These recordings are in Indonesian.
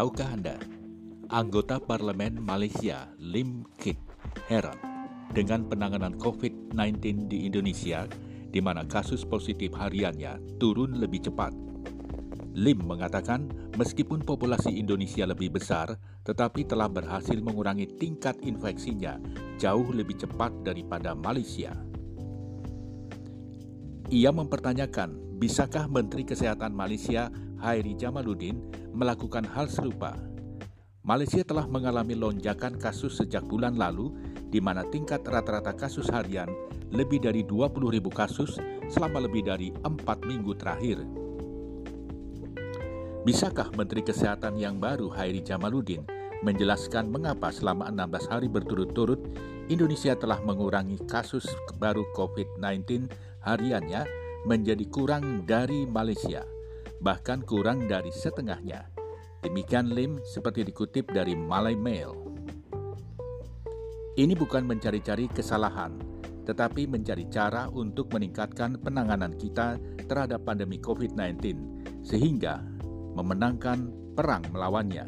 Tahukah Anda, anggota parlemen Malaysia Lim Kit heran dengan penanganan COVID-19 di Indonesia, di mana kasus positif hariannya turun lebih cepat. Lim mengatakan meskipun populasi Indonesia lebih besar, tetapi telah berhasil mengurangi tingkat infeksinya jauh lebih cepat daripada Malaysia. Ia mempertanyakan, bisakah Menteri Kesehatan Malaysia Hairi Jamaluddin melakukan hal serupa? Malaysia telah mengalami lonjakan kasus sejak bulan lalu, di mana tingkat rata-rata kasus harian lebih dari 20.000 kasus selama lebih dari 4 minggu terakhir. Bisakah Menteri Kesehatan yang baru Hairi Jamaluddin menjelaskan mengapa selama 16 hari berturut-turut Indonesia telah mengurangi kasus baru COVID-19 hariannya menjadi kurang dari Malaysia, bahkan kurang dari setengahnya. Demikian Lim seperti dikutip dari Malay Mail. Ini bukan mencari-cari kesalahan, tetapi mencari cara untuk meningkatkan penanganan kita terhadap pandemi COVID-19, sehingga memenangkan perang melawannya.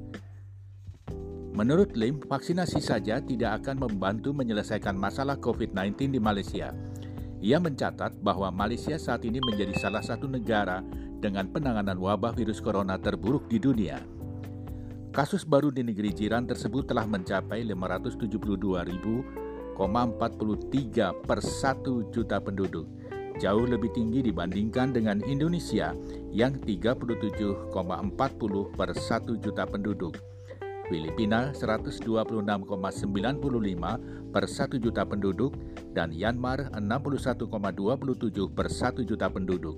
Menurut Lim, vaksinasi saja tidak akan membantu menyelesaikan masalah COVID-19 di Malaysia. Ia mencatat bahwa Malaysia saat ini menjadi salah satu negara dengan penanganan wabah virus corona terburuk di dunia. Kasus baru di negeri jiran tersebut telah mencapai 572.043 per 1 juta penduduk, jauh lebih tinggi dibandingkan dengan Indonesia yang 37,40 per 1 juta penduduk. Filipina 126,95 per 1 juta penduduk, dan Myanmar 61,27 per 1 juta penduduk.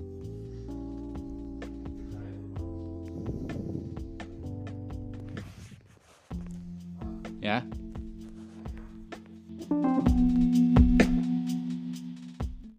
Ya.